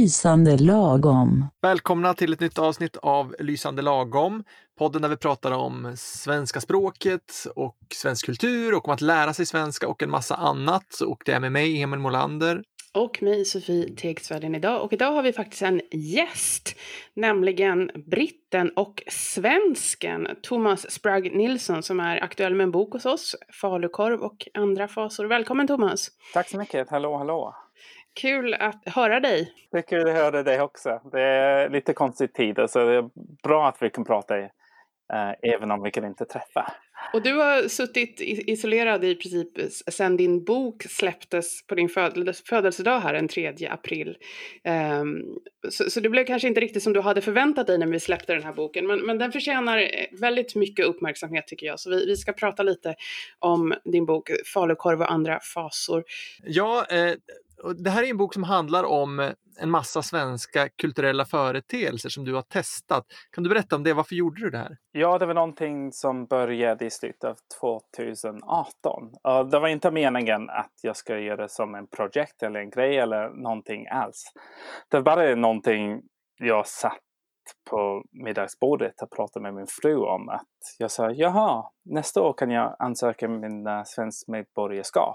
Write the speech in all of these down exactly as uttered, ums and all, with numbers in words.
Lysande lagom. Välkomna till ett nytt avsnitt av Lysande lagom. Podden där vi pratar om svenska språket och svensk kultur och om att lära sig svenska och en massa annat. Och det är med mig, Emil Molander. Och mig, Sofie Tegsvärden idag. Och idag har vi faktiskt en gäst, nämligen britten och svensken Thomas Spragg Nilsson, som är aktuell med en bok hos oss, Falukorv och andra fasor. Välkommen Thomas! Tack så mycket, hallå hallå! Kul att höra dig! Det är kul att höra dig också. Det är lite konstig tid, så det är bra att vi kan prata eh, även om vi kan inte träffa. Och du har suttit isolerad i princip sedan din bok släpptes på din födelsedag här den tredje april. Um, så, så det blev kanske inte riktigt som du hade förväntat dig när vi släppte den här boken. Men, men den förtjänar väldigt mycket uppmärksamhet tycker jag. Så vi, vi ska prata lite om din bok Falukorv och andra fasor. Ja, eh, det här är en bok som handlar om en massa svenska kulturella företeelser som du har testat. Kan du berätta om det? Varför gjorde du det här? Ja, det var någonting som började i slutet av tjugoarton. Uh, det var inte meningen att jag ska göra det som en projekt eller en grej eller någonting alls. Det var bara någonting jag satt på middagsbordet och pratade med min fru om. Att jag sa, jaha, nästa år kan jag ansöka min uh, svensk medborgarskap.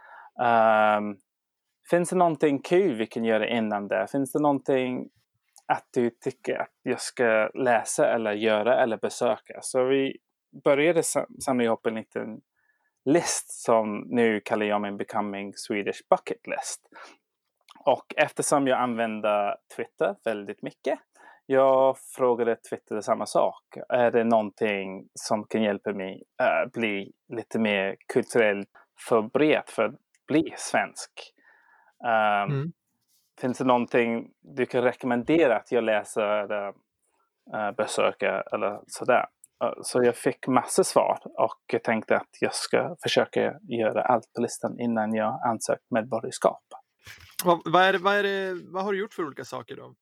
Um, Finns det någonting kul vi kan göra innan det? Finns det någonting att du tycker att jag ska läsa eller göra eller besöka? Så vi började samla ihop en liten list som nu kallar jag min Becoming Swedish Bucket List. Och eftersom jag använder Twitter väldigt mycket, jag frågade Twitter samma sak. Är det någonting som kan hjälpa mig att bli lite mer kulturellt förberedd för att bli svensk? Um, mm. Finns det någonting du kan rekommendera att jag läser eller uh, besöker eller sådär? Uh, så jag fick massor svar och jag tänkte att jag ska försöka göra allt på listan innan jag ansökt medborgarskap. Vad, vad, är det, vad, är det, vad har du gjort för olika saker då?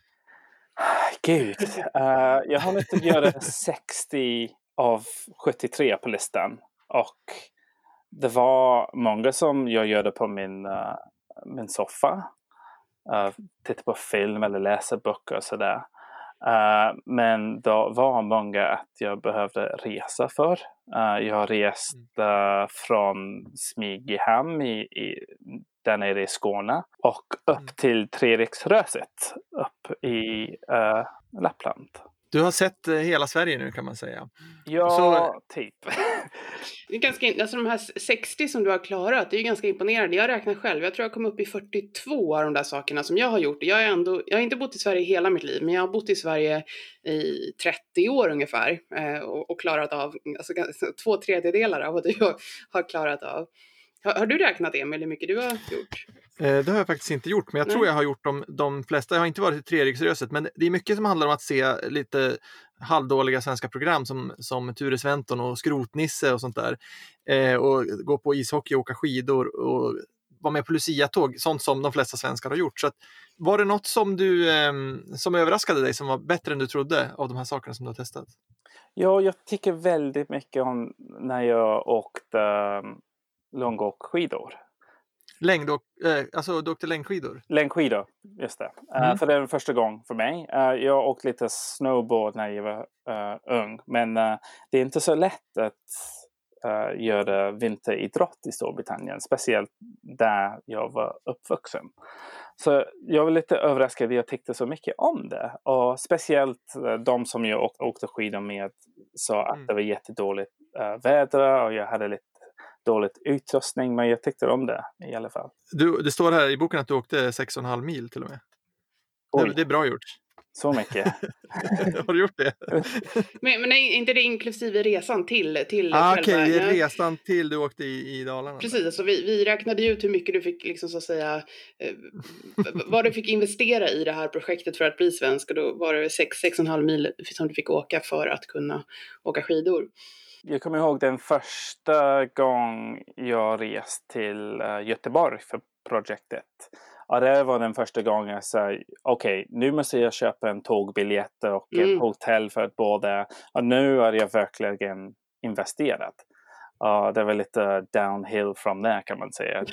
Gud, uh, jag har inte göra sextio av sjuttiotre på listan och det var många som jag gjorde på min uh, min soffa, uh, titta på film eller läsa böcker och sådär. Uh, men då var många att jag behövde resa för. Uh, jag har rest uh, från Smygehamn i, i, där nere i Skåne och upp till Treriksröset upp i uh, Lappland. Du har sett uh, hela Sverige nu kan man säga. Ja, Så... typ. Det är ganska, alltså de här sextio som du har klarat, det är ju ganska imponerande. Jag räknar själv, jag tror jag kom upp i fyrtiotvå av de där sakerna som jag har gjort. Jag, är ändå, jag har inte bott i Sverige hela mitt liv, men jag har bott i Sverige i trettio år ungefär. Eh, och, och klarat av, alltså två tredjedelar av vad du har, har klarat av. Har, har du räknat, Emil, hur mycket du har gjort? Eh, det har jag faktiskt inte gjort, men jag Nej. tror jag har gjort de, de flesta. Jag har inte varit i Treriksröset, men det är mycket som handlar om att se lite halvdåliga svenska program som, som Ture Sventon och Skrotnisse och sånt där. Eh, och gå på ishockey, åka skidor och vara med på Lucia-tåg. Sånt som de flesta svenskar har gjort. Så att, var det något som, du, eh, som överraskade dig som var bättre än du trodde av de här sakerna som du har testat? Ja, jag tycker väldigt mycket om när jag åkte um, långåkskidor. Längdåk, eh, alltså du åkte längdskidor? Längdskidor, just det. Mm. Uh, för det är den första gången för mig. Uh, jag åkte lite snowboard när jag var uh, ung. Men uh, det är inte så lätt att uh, göra vinteridrott i Storbritannien. Speciellt där jag var uppvuxen. Så jag var lite överraskad. Jag tyckte så mycket om det. Och speciellt uh, de som jag åkte, åkte skidor med sa att mm. det var jättedåligt uh, väder. Och jag hade lite dåligt utrustning, men jag tyckte om det i alla fall. Du, det står här i boken att du åkte sex och en halv mil till och med. Det, det är bra gjort. Så mycket. Har du gjort det? men, men är inte det inklusive resan till, till ah, Okej, okay. resan till du åkte i, i Dalarna. Precis, alltså vi, vi räknade ut hur mycket du fick liksom så att säga eh, vad du fick investera i det här projektet för att bli svensk, och då var det sex, sex och en halv mil som du fick åka för att kunna åka skidor. Jag kommer ihåg den första gång jag reste till uh, Göteborg för projektet. Ja, det var den första gången jag sa, okej, okay, nu måste jag köpa en tågbiljett och mm. en hotell för att båda. Och nu har jag verkligen investerat. Ja, det var lite downhill from there kan man säga.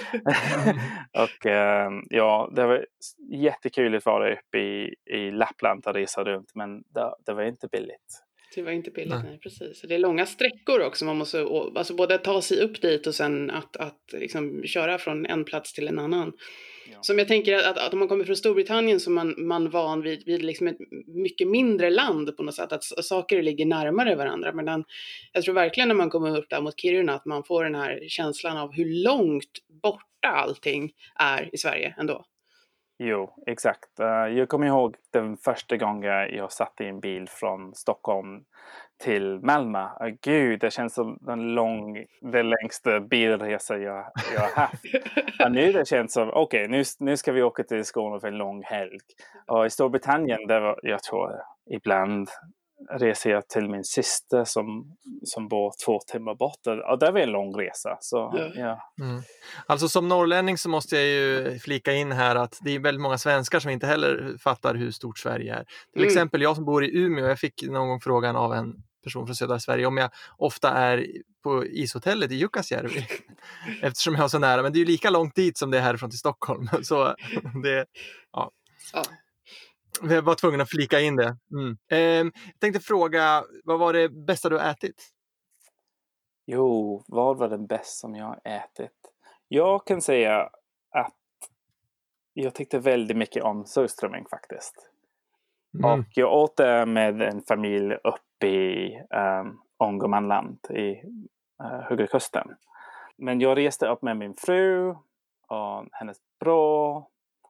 Och eh, ja, det var jättekul att vara uppe i, i Lappland och resa runt, men det, det var inte billigt. Det var inte billigt, nej, nej precis. Det är långa sträckor också. Man måste alltså både ta sig upp dit och sen att, att liksom köra från en plats till en annan. Ja. Som jag tänker att, att om man kommer från Storbritannien så är man, man van vid, vid liksom ett mycket mindre land på något sätt. Att saker ligger närmare varandra. Men jag tror verkligen när man kommer upp där mot Kiruna att man får den här känslan av hur långt borta allting är i Sverige ändå. Jo, exakt. Jag kommer ihåg den första gången jag satt i en bil från Stockholm till Malmö. Gud, det känns som den lång, den längsta bilresa jag, jag har haft. Och nu det känns som, okej, okay, nu, nu ska vi åka till Skåne för en lång helg. Och i Storbritannien, det var, jag tror ibland reser jag till min syster som, som bor två timmar bort. Och det var en lång resa. Så, ja. Mm. Alltså som norrlänning så måste jag ju flika in här att det är väldigt många svenskar som inte heller fattar hur stort Sverige är. Till mm. exempel jag som bor i Umeå, jag fick någon gång frågan av en person från södra Sverige om jag ofta är på ishotellet i Jukkasjärvi eftersom jag har så nära, men det är ju lika långt dit som det är härifrån till Stockholm. Så det, ja. ja. Jag var tvungen att flika in det. Mm. Eh, jag tänkte fråga, vad var det bästa du har ätit? Jo, vad var det bästa som jag har ätit? Jag kan säga att jag tyckte väldigt mycket om surströmming faktiskt. Mm. Och jag åt det med en familj uppe i um, Ångermanland i uh, Höga Kusten. Men jag reste upp med min fru och hennes bror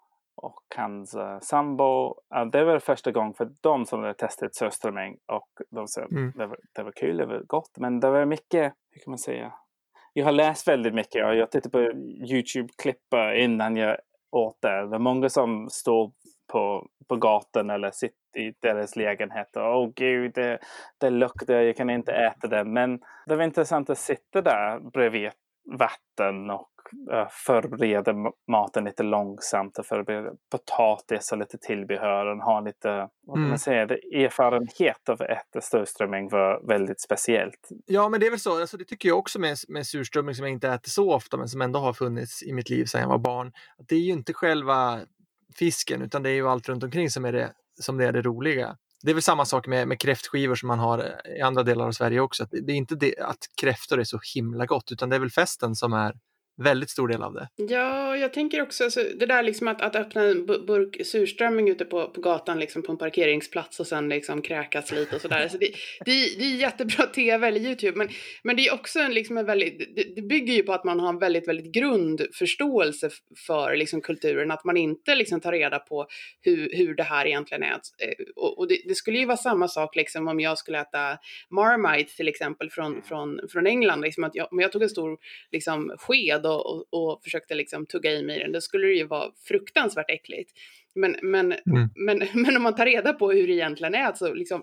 och hans uh, sambo. Uh, det var första gången för dem som hade testat surströmming. Och de sa mm. det, var, det var kul, det var gott. Men det var mycket, hur kan man säga? Jag har läst väldigt mycket och jag tittade på YouTube-klipp innan jag åt det. Det var många som står på, på gatan eller sitter i deras lägenhet. Åh oh, gud, det, det luktar, jag kan inte äta det. Men det var intressant att sitta där bredvid vatten och uh, förbereda maten lite långsamt och förbereda potatis och lite tillbehör och ha lite, mm. vad kan man säga, det, erfarenhet av att äta surströmming var väldigt speciellt. Ja, men det är väl så, alltså, det tycker jag också med, med surströmming som jag inte äter så ofta men som ändå har funnits i mitt liv sedan jag var barn. Det är ju inte själva fisken utan det är ju allt runt omkring som är det, som det, är det roliga. Det är väl samma sak med, med kräftskivor som man har i andra delar av Sverige också. Att det är inte det att kräftor är så himla gott utan det är väl festen som är väldigt stor del av det. Ja, jag tänker också alltså, det där liksom att, att öppna en burk surströmming ute på, på gatan liksom på en parkeringsplats och sen liksom kräkas lite och sådär. Så det, det, det är jättebra tv eller YouTube men, men det är också en, liksom en väldigt, det, det bygger ju på att man har en väldigt, väldigt grundförståelse för liksom kulturen. Att man inte liksom tar reda på hur, hur det här egentligen är. Och, och det, det skulle ju vara samma sak liksom om jag skulle äta Marmite till exempel från, från, från England. Liksom att jag, om jag tog en stor liksom, sked Och, och, och försökte liksom tugga i mig den, då skulle det ju vara fruktansvärt äckligt. Men, men, mm. men, men om man tar reda på hur det egentligen är, alltså liksom,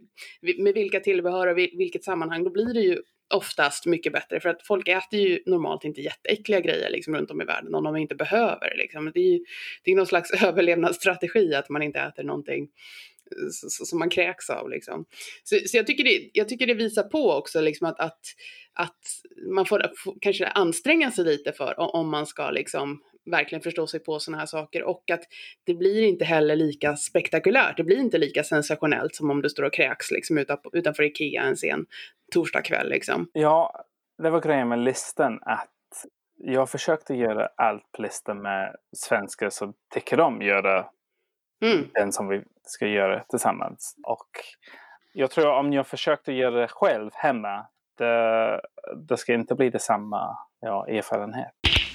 med vilka tillbehör och vilket sammanhang, då blir det ju oftast mycket bättre. För att folk äter ju normalt inte jätteäckliga grejer liksom, runt om i världen om de inte behöver. Liksom. Det är ju det är någon slags överlevnadsstrategi att man inte äter någonting som man kräks av liksom. Så, så jag, tycker det, jag tycker det visar på också liksom att, att, att man får, får kanske anstränga sig lite för om man ska liksom verkligen förstå sig på såna här saker och att det blir inte heller lika spektakulärt, det blir inte lika sensationellt som om du står och kräks liksom utanför, utanför Ikea en sen torsdagkväll liksom. Ja, det var grejen med listan att jag försökte göra allt på listan med svenskar som tycker om göra Mm. den som vi ska göra tillsammans. Och jag tror om jag försökte göra det själv hemma, det, det ska inte bli detsamma ja, erfarenhet.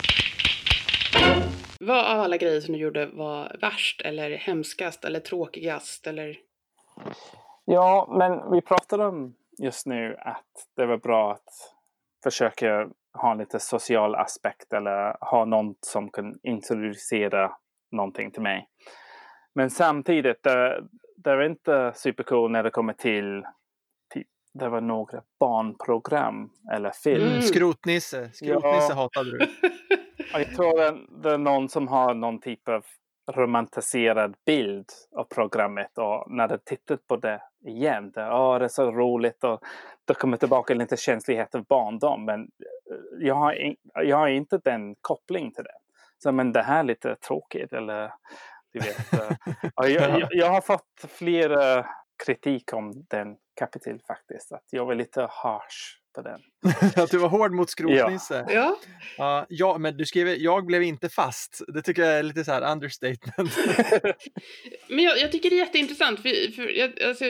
Vad av alla grejer som du gjorde var värst eller hemskast eller tråkigast? Eller? Ja, men vi pratade om just nu att det var bra att försöka ha en lite social aspekt eller ha någon som kan introducera någonting till mig. Men samtidigt, det, det var inte supercool när det kommer till, till det var några barnprogram eller film. Mm, skrotnisse, skrotnisse ja. Hatade du. Jag tror det, det är någon som har någon typ av romantiserad bild av programmet och när de tittat på det igen. Det, åh, det är så roligt och då kommer tillbaka lite känslighet av barndom. Men jag har, in, jag har inte den koppling till det. Så men det här är lite tråkigt. Eller, du vet, jag, jag, jag har fått flera kritik om den kapitel faktiskt. Att jag var lite harsh på den. Att du var hård mot Skrotnisse. Ja. Ja. Ja, ja, men du skriver, jag blev inte fast. Det tycker jag är lite så här understatement. Men jag, jag tycker det är jätteintressant. För, för jag, alltså,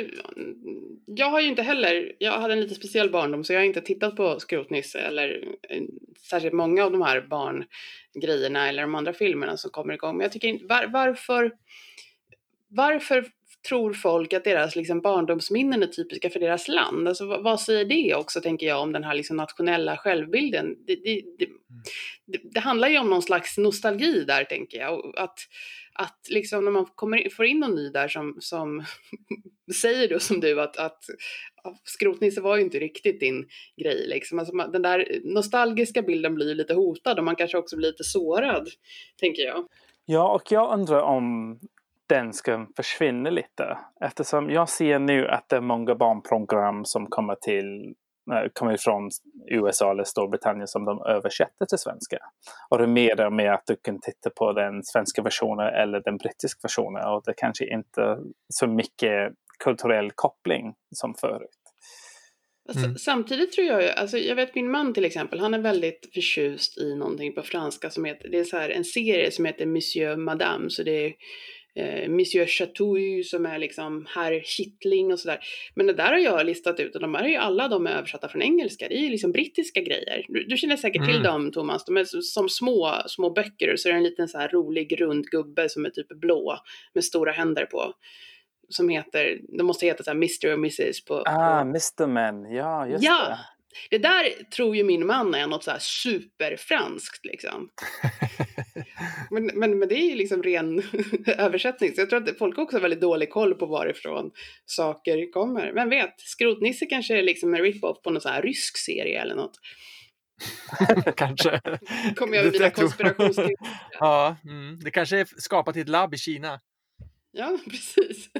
jag har ju inte heller, jag hade en lite speciell barndom så jag har inte tittat på Skrotnisse eller särskilt många av de här barngrejerna eller de andra filmerna som kommer igång. Men jag tycker inte, var, varför, varför tror folk att deras liksom, barndomsminnen är typiska för deras land? Alltså, vad, vad säger det också, tänker jag, om den här liksom, nationella självbilden? Det, det, det, det, det handlar ju om någon slags nostalgi där, tänker jag. Och att, att liksom, när man kommer, får in någon ny där som, som säger då som du att, att, att Skrotnisse var ju inte riktigt din grej. Liksom. Alltså, den där nostalgiska bilden blir lite hotad och man kanske också blir lite sårad, tänker jag. Ja, och jag undrar om den ska försvinna lite. Eftersom jag ser nu att det är många barnprogram som kommer till kommer från U S A eller Storbritannien som de översätter till svenska. Och det är mer och mer att du kan titta på den svenska versionen eller den brittiska versionen. Och det kanske inte så mycket kulturell koppling som förut. Mm. Samtidigt tror jag, alltså jag vet min man till exempel, han är väldigt förtjust i någonting på franska som heter, det är så här en serie som heter Monsieur Madame, så det är eh, Monsieur Chatouille som är liksom herr Kittling och sådär. Men det där har jag listat ut och de här är ju alla de är översatta från engelska, det är ju liksom brittiska grejer. Du, du känner säkert mm. till dem, Thomas, de är som, som små, små böcker och så är det en liten så här rolig rund gubbe som är typ blå med stora händer på. Som heter, de måste heta så här mister och missus på, Ah, på... mister Men, ja just ja, det. Det där tror ju min man är något så här superfranskt liksom. men, men, men det är ju liksom ren översättning. Så jag tror att folk också har väldigt dålig koll på varifrån saker kommer. Men vet, Skrotnisse kanske är liksom en rip-off på någon så här rysk serie eller något. Kanske. Kommer jag med mina konspirationsteorier. Ja, mm. Det kanske är skapat i ett labb i Kina. Ja, precis.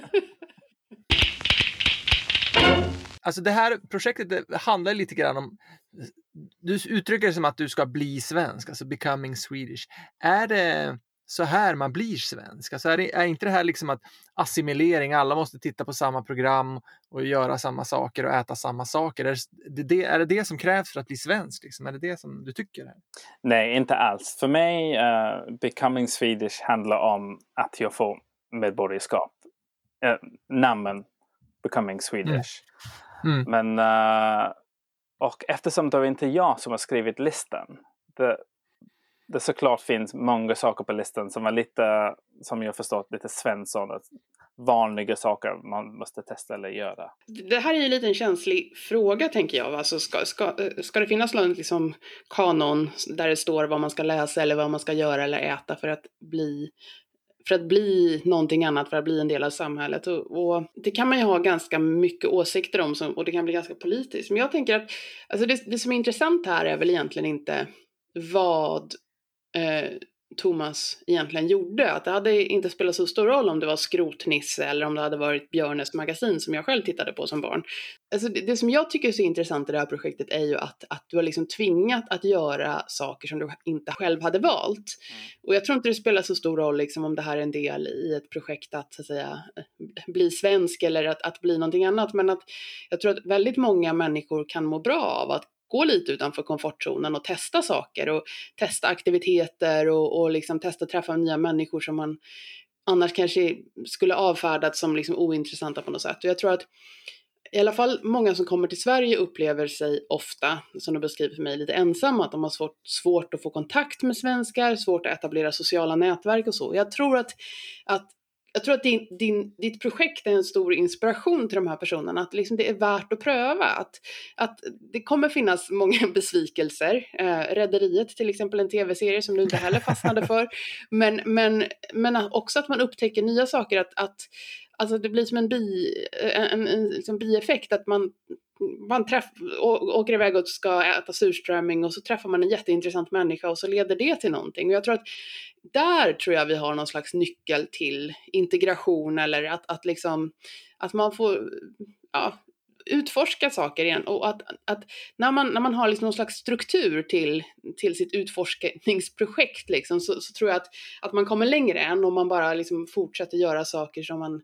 Alltså det här projektet det handlar lite grann om, du uttrycker det som att du ska bli svensk, alltså becoming Swedish. Är det så här man blir svensk? Alltså är, det, är inte det här liksom att assimilering, alla måste titta på samma program och göra samma saker och äta samma saker? Är det det, är det, det som krävs för att bli svensk? Liksom? Är det det som du tycker? Här? Nej, inte alls. För mig, uh, becoming Swedish handlar om att jag får medborgarskap. Uh, namnen becoming Swedish. Mm. Mm. Men uh, och eftersom det är inte jag som har skrivit listan, det, det såklart finns många saker på listan som är lite, som jag förstått, lite Svensson, vanliga saker man måste testa eller göra. Det här är ju lite en känslig fråga, tänker jag. Alltså ska, ska, ska det finnas någon liksom kanon där det står vad man ska läsa eller vad man ska göra eller äta för att bli för att bli någonting annat, för att bli en del av samhället. Och, och det kan man ju ha ganska mycket åsikter om som, och det kan bli ganska politiskt. Men jag tänker att alltså det, det som är intressant här är väl egentligen inte vad eh, Thomas egentligen gjorde. Att det hade inte spelat så stor roll om det var Skrotnisse eller om det hade varit Björnes magasin som jag själv tittade på som barn. Alltså det, det som jag tycker är så intressant i det här projektet är ju att, att du har liksom tvingat att göra saker som du inte själv hade valt. Mm. Och jag tror inte det spelar så stor roll liksom om det här är en del i ett projekt att, så att säga, bli svensk eller att, att bli någonting annat. Men att jag tror att väldigt många människor kan må bra av att gå lite utanför komfortzonen och testa saker och testa aktiviteter och, och liksom testa träffa nya människor som man annars kanske skulle avfärdat som liksom ointressanta på något sätt. Och jag tror att i alla fall många som kommer till Sverige upplever sig ofta, som du beskriver för mig, lite ensamma. Att de har svårt, svårt att få kontakt med svenskar, svårt att etablera sociala nätverk och så. Jag tror att, att Jag tror att din, din, ditt projekt är en stor inspiration till de här personerna. Att liksom det är värt att pröva. Att, att det kommer finnas många besvikelser. Eh, Rederiet till exempel, en tv-serie som du inte heller fastnade för. Men, men, men också att man upptäcker nya saker. Att, att, alltså det blir som en, bi, en, en, en liksom bieffekt. Att man man träff, å, åker iväg och ska äta surströmming och så träffar man en jätteintressant människa och så leder det till någonting. Och jag tror att där tror jag vi har någon slags nyckel till integration, eller att, att, liksom, att man får ja, utforska saker igen. Och att, att när, man, när man har liksom någon slags struktur till, till sitt utforskningsprojekt liksom, så, så tror jag att, att man kommer längre än om man bara liksom fortsätter göra saker som man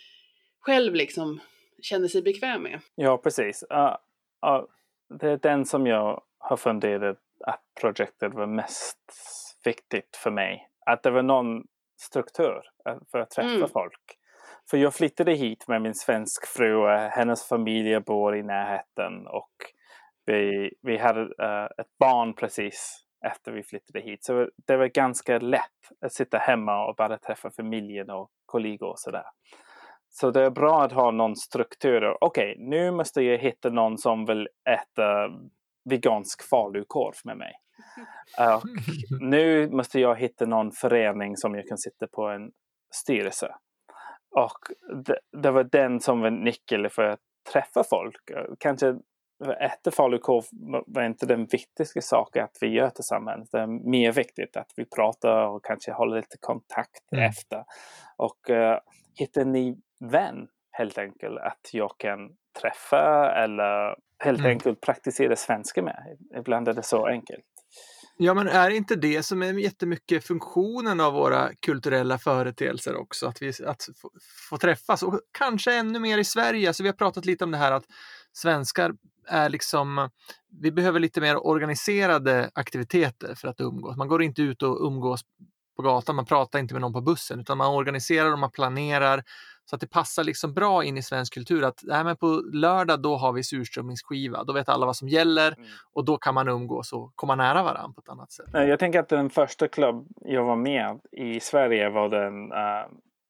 själv liksom känner sig bekväm med. Ja, precis. Uh, uh, det är den som jag har funderat att projektet var mest viktigt för mig. Att det var någon struktur för att träffa mm. folk. För jag flyttade hit med min svensk fru. Hennes familj bor i närheten. Och vi, vi hade uh, ett barn precis efter vi flyttade hit. Så det var ganska lätt att sitta hemma och bara träffa familjen och kollegor och sådär. Så det är bra att ha någon struktur. Okej, okay, nu måste jag hitta någon som vill äta vegansk falukorv med mig. Och nu måste jag hitta någon förening som jag kan sitta på en styrelse. Och det, det var den som var nyckeln för att träffa folk. Kanske äta falukorv var inte den viktigaste saken att vi gör tillsammans. Det är mer viktigt att vi pratar och kanske håller lite kontakt mm. efter. Och uh, hitta en ny vän helt enkelt att jag kan träffa eller helt mm. enkelt praktisera svenska med. Ibland är det så enkelt. Ja, men är inte det som är jättemycket funktionen av våra kulturella företeelser också? Att, vi, att få, få träffas och kanske ännu mer i Sverige. Så vi har pratat lite om det här att svenskar är liksom, vi behöver lite mer organiserade aktiviteter för att umgås. Man går inte ut och umgås på gatan, man pratar inte med någon på bussen, utan man organiserar och man planerar så att det passar liksom bra in i svensk kultur. Att nej, men på lördag då har vi surströmmingsskiva, då vet alla vad som gäller mm. och då kan man umgås och komma nära varandra på ett annat sätt. Jag tänker att den första klubb jag var med i Sverige var den, uh,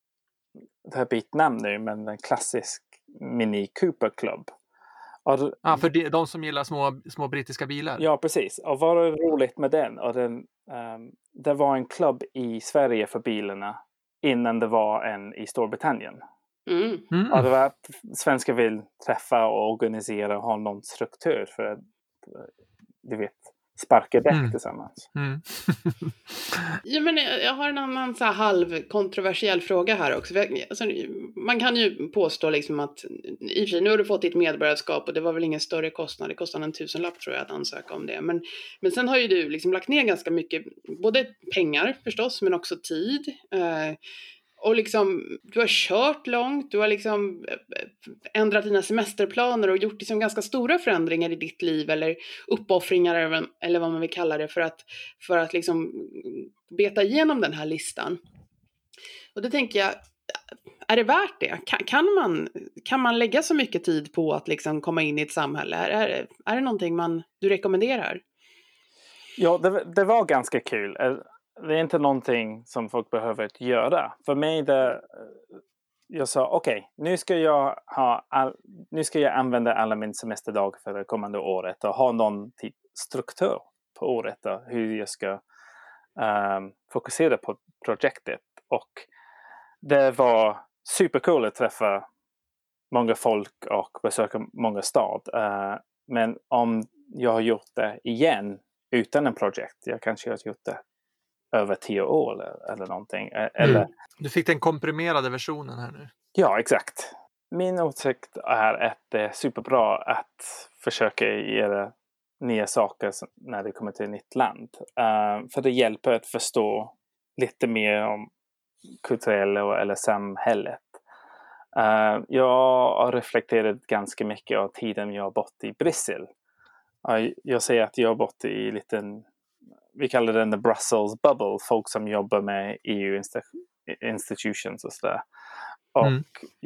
det här bytt namn nu, men en klassisk Mini Cooper Club. Ja, ah, för de, de som gillar små, små brittiska bilar. Ja, precis. Och vad är roligt med den? Och den um, det var en klubb i Sverige för bilarna innan det var en i Storbritannien. Mm. Mm. Och det var att svenskar vill träffa och organisera och ha någon struktur för att, du vet, sparka däck mm. tillsammans. Mm. Ja, men jag har en annan så här halvkontroversiell fråga här också. Alltså, man kan ju påstå liksom att i och för sig, nu har du fått ditt medborgarskap och det var väl ingen större kostnad. Det kostade en tusenlapp tror jag att ansöka om det. Men, men sen har ju du liksom lagt ner ganska mycket, både pengar förstås, men också tid. Eh, Och liksom, du har kört långt, du har liksom ändrat dina semesterplaner och gjort liksom ganska stora förändringar i ditt liv eller uppoffringar eller vad man vill kalla det för att, för att liksom beta igenom den här listan. Och då tänker jag, är det värt det? Kan, kan, man, kan man lägga så mycket tid på att liksom komma in i ett samhälle? Är, är, är det någonting man, du rekommenderar? Ja, det, det var ganska kul. Det är inte någonting som folk behöver göra. För mig, det, jag sa okej, okay, nu ska jag ha all, nu ska jag använda alla min semesterdag för det kommande året och ha någon typ struktur på året och hur jag ska um, fokusera på projektet. Och det var superkul att träffa många folk och besöka många stad. Uh, men om jag har gjort det igen utan en projekt, jag kanske har gjort det över tio år eller, eller någonting. Eller... Mm. Du fick den komprimerade versionen här nu. Ja, exakt. Min åsikt är att det är superbra att försöka göra nya saker när det kommer till ett nytt land. Uh, för det hjälper att förstå lite mer om kulturella eller samhället. Uh, jag har reflekterat ganska mycket av tiden jag har bott i Bryssel. Uh, jag säger att jag har bott i en liten, vi kallar den the Brussels bubble, folk som jobbar med E U-institutions och sådär. Och mm.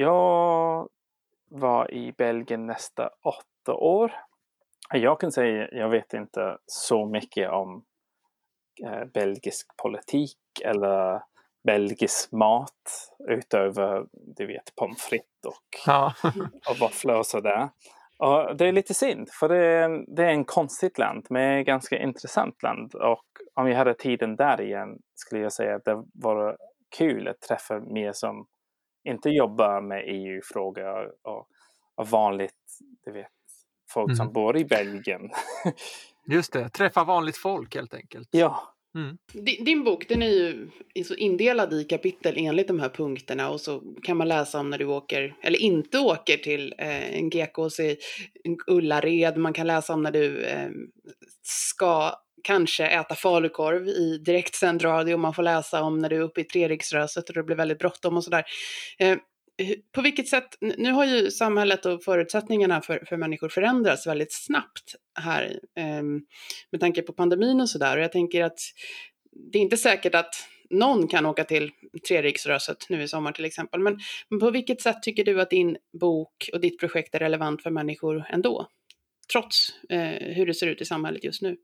jag var i Belgien nästa åtta år. Jag kan säga, jag vet inte så mycket om eh, belgisk politik eller belgisk mat utöver, du vet, pommes frites och, ja. och våfflor och sådär. Och det är lite synd, för det är, det är en konstigt land, men ett ganska intressant land. Och om jag hade tiden där igen skulle jag säga att det var kul att träffa mer som inte jobbar med E U-frågor och, och vanligt, du vet, folk Mm. som bor i Belgien. Just det, träffa vanligt folk helt enkelt. Ja. Mm. Din, din bok, den är ju är så indelad i kapitel enligt de här punkterna, och så kan man läsa om när du åker, eller inte åker till eh, en G K C i Ullared. Man kan läsa om när du eh, ska kanske äta falukorv i direktsänd radio. Man får läsa om när du är uppe i Treriksröset och det blir väldigt bråttom och sådär. Eh, på vilket sätt, nu har ju samhället och förutsättningarna för, för människor förändrats väldigt snabbt här eh, med tanke på pandemin och sådär. Och jag tänker att det är inte säkert att någon kan åka till Treriksröset nu i sommar till exempel. Men, men på vilket sätt tycker du att din bok och ditt projekt är relevant för människor ändå? Trots eh, hur det ser ut i samhället just nu.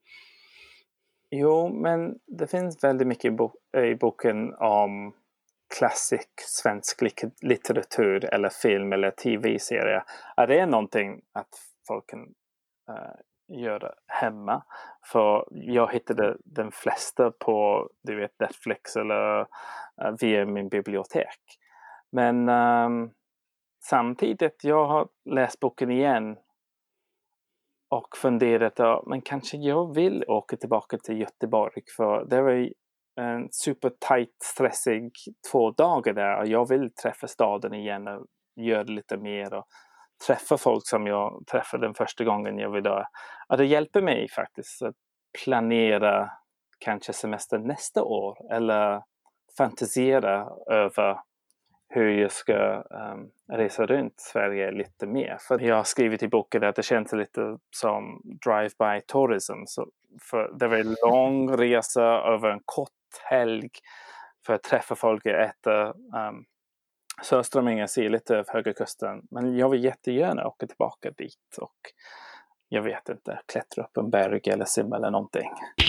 Jo, men det finns väldigt mycket i, bo- i boken om klassisk svensk litteratur eller film eller tv-serie. Är det någonting att folk kan uh, göra hemma? För jag hittade den flesta på, du vet, Netflix eller uh, via min bibliotek. Men um, samtidigt, jag har läst boken igen och funderat, ja, men kanske jag vill åka tillbaka till Göteborg, för det var en super tight, stressig två dagar där och jag vill träffa staden igen och göra lite mer och träffa folk som jag träffade den första gången jag var där. Och det hjälper mig faktiskt att planera kanske semester nästa år eller fantisera över hur jag ska um, resa runt Sverige lite mer. För jag har skrivit i boken att det känns lite som drive-by tourism. Så för det var en lång resa över en kort helg för att träffa folk och äta um, surströmming och se lite av Höga kusten. Men jag vill jättegärna åka tillbaka dit och jag vet inte, klättra upp en berg eller simma eller någonting.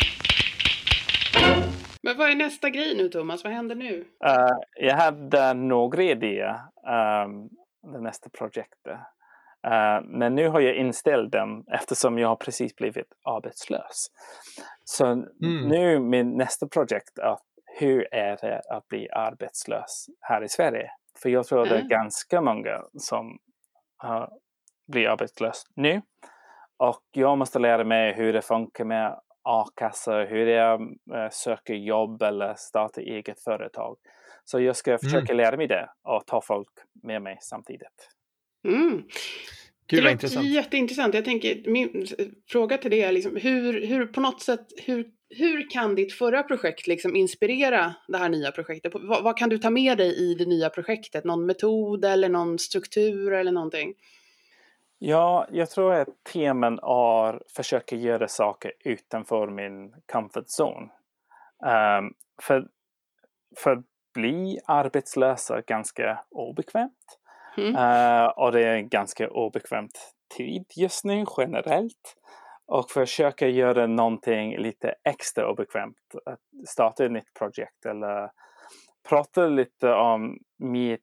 Men vad är nästa grej nu, Thomas? Vad händer nu? Uh, jag hade några idéer um, det nästa projektet. Uh, men nu har jag inställt dem eftersom jag har precis blivit arbetslös. Så mm. nu min nästa projekt är hur är det att bli arbetslös här i Sverige? För jag tror mm. det är ganska många som uh, blir arbetslös nu. Och jag måste lära mig hur det funkar med a-kassa, hur jag äh, söker jobb eller starta eget företag. Så jag ska försöka mm. lära mig det och ta folk med mig samtidigt. Mm. Gud, det låter intressant. Jätteintressant. Jag tänker, min fråga till det är liksom, hur, hur på något sätt, hur, hur kan ditt förra projekt liksom inspirera det här nya projektet? Vad, vad kan du ta med dig i det nya projektet? Någon metod eller någon struktur eller någonting? Ja, jag tror att teman är att försöka göra saker utanför min comfort zone. Um, för, för att bli arbetslös är ganska obekvämt. Mm. Uh, och det är en ganska obekvämt tid just nu generellt. Och försöka göra någonting lite extra obekvämt. Att starta ett nytt projekt eller prata lite om mitt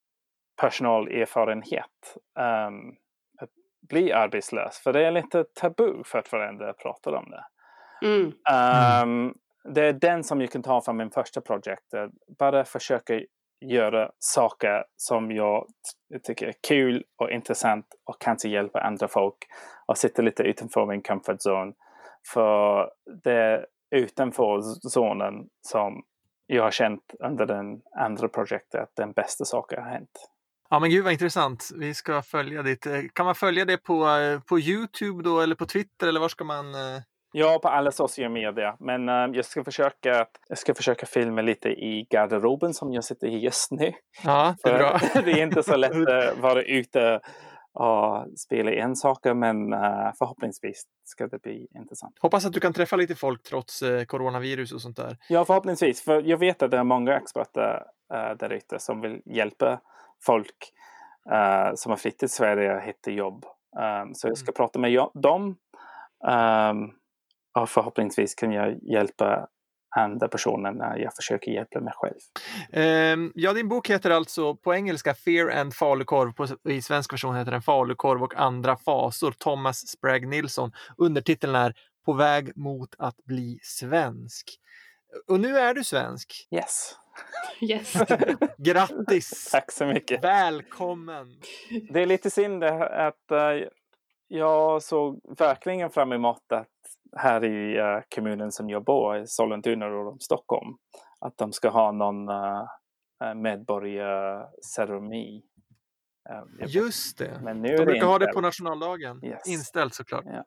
personalerfarenhet. Um, bli arbetslös. För det är lite tabu för att förändra prata om det. Mm. Um, det är den som jag kan ta från min första projekt. Bara försöka göra saker som jag tycker är kul och intressant och kanske hjälpa andra folk och sitta lite utanför min comfort zone. För det är utanför zonen som jag har känt under den andra projektet att den bästa saken har hänt. Ja, men gud vad intressant. Vi ska följa ditt. Kan man följa det på, på YouTube då eller på Twitter eller var ska man? Ja, på alla sociala medier. Men uh, jag ska försöka jag ska försöka filma lite i garderoben som jag sitter i just nu. Ja, det är bra. Det är inte så lätt att vara ute och spela en saker, men uh, förhoppningsvis ska det bli intressant. Hoppas att du kan träffa lite folk trots uh, coronavirus och sånt där. Ja, förhoppningsvis. För jag vet att det är många experter uh, där ute som vill hjälpa folk uh, som har flyttat till Sverige att hitta jobb. Um, så jag ska mm. prata med jag, dem. Um, och förhoppningsvis kan jag hjälpa andra personer när jag försöker hjälpa mig själv. Um, ja, din bok heter alltså på engelska Fear and falukorv. På, i svensk version heter den Falukorv och andra fasor. Thomas Sprague Nilsson. Undertiteln är På väg mot att bli svensk. Och nu är du svensk. Yes. Yes. Grattis. Tack så mycket. Välkommen. Det är lite synd att uh, jag såg verkligen fram emot att här i uh, kommunen som jag bor i, Sollentuna och Stockholm, att de ska ha någon uh, medborgarceremoni. Uh, Just det. Men nu de är det brukar ha det inställt. på nationaldagen. Yes. Inställt såklart. Ja.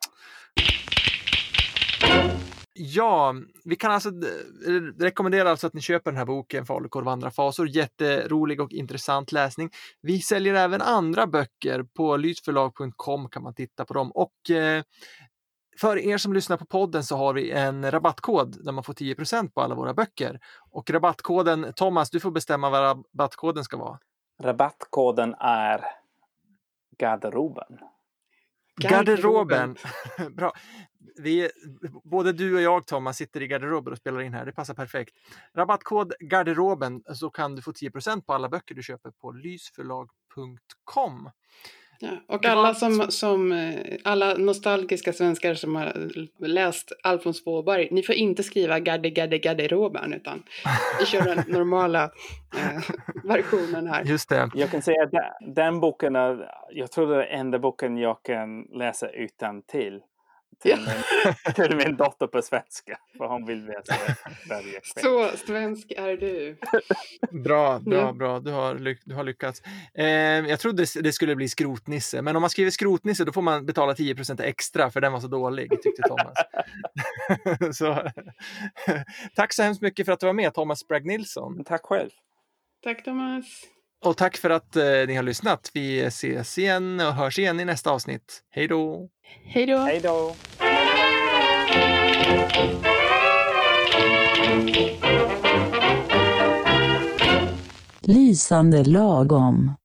Ja, vi kan alltså rekommendera alltså att ni köper den här boken Falukorv och andra fasor. Jätterolig och intressant läsning. Vi säljer även andra böcker på lysförlag punkt com, kan man titta på dem. Och eh, för er som lyssnar på podden så har vi en rabattkod där man får tio procent på alla våra böcker. Och rabattkoden, Thomas, du får bestämma vad rabattkoden ska vara. Rabattkoden är garderoben. Garderoben. Bra. Vi, både du och jag, Thomas, sitter i garderoben och spelar in här. Det passar perfekt. Rabattkod garderoben, så kan du få tio procent på alla böcker du köper på lysförlag punkt com. Ja, och alla som, som alla nostalgiska svenskar som har läst Alfons Åberg, ni får inte skriva garde garde garderoben, utan vi kör den normala eh, versionen här. Just det. Jag kan säga att den boken är, jag tror det är den enda boken jag kan läsa utan till. Till, ja. min, till min dotter på svenska, för hon vill läsa det varje kväll. Så svensk är du. Bra, bra, Ja. bra. Du har, lyck, du har lyckats. Eh, jag trodde det skulle bli Skrotnisse, men om man skriver Skrotnisse då får man betala tio procent extra, för den var så dålig, tyckte Thomas. så, tack så hemskt mycket för att du var med, Thomas Spragg Nilsson. Tack själv. Tack Thomas. Och tack för att eh, ni har lyssnat. Vi ses igen och hörs igen i nästa avsnitt. Hej då! Hej då! Hej då! Lysande lagom.